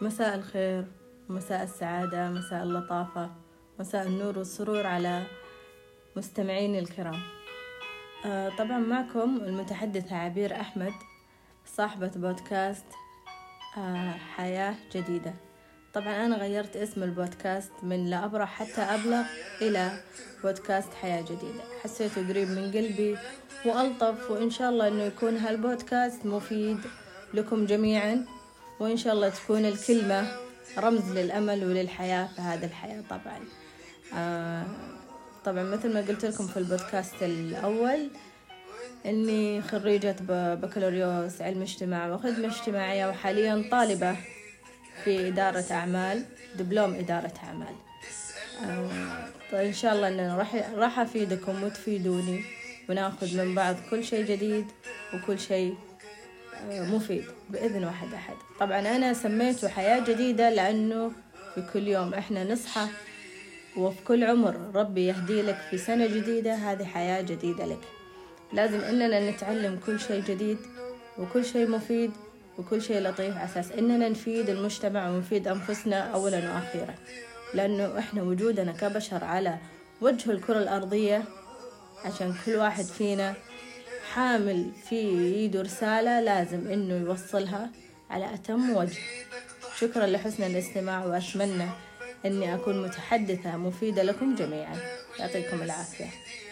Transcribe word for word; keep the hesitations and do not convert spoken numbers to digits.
مساء الخير، مساء السعادة، مساء اللطافة، مساء النور والسرور على مستمعيني الكرام. آه طبعا معكم المتحدثة عبير أحمد، صاحبة بودكاست آه حياة جديدة. طبعا أنا غيرت اسم البودكاست من لا أبرح حتى أبلغ إلى بودكاست حياة جديدة، حسيته قريب من قلبي وألطف، وإن شاء الله أنه يكون هالبودكاست مفيد لكم جميعا، وإن شاء الله تكون الكلمة رمز للأمل وللحياة في هذه الحياة. طبعا آه طبعا مثل ما قلت لكم في البودكاست الأول أني خريجة بكالوريوس علم اجتماع وخدمة اجتماعية، وحاليا طالبة في إدارة أعمال، دبلوم إدارة أعمال. آه طيب إن شاء الله أن راح راح أفيدكم وتفيدوني، وناخذ من بعض كل شيء جديد وكل شيء مفيد بإذن واحد أحد. طبعا أنا سميته حياة جديدة لأنه في كل يوم إحنا نصحى، وفي كل عمر ربي يهدي لك في سنة جديدة، هذه حياة جديدة لك. لازم إننا نتعلم كل شيء جديد وكل شيء مفيد وكل شيء لطيف، أساس إننا نفيد المجتمع ونفيد أنفسنا أولا وأخيرا، لأنه إحنا وجودنا كبشر على وجه الكرة الأرضية عشان كل واحد فينا حامل في يده رسالة لازم إنه يوصلها على أتم وجه. شكرا لحسن الاستماع، وأتمنى أني أكون متحدثة مفيدة لكم جميعا. يعطيكم العافية.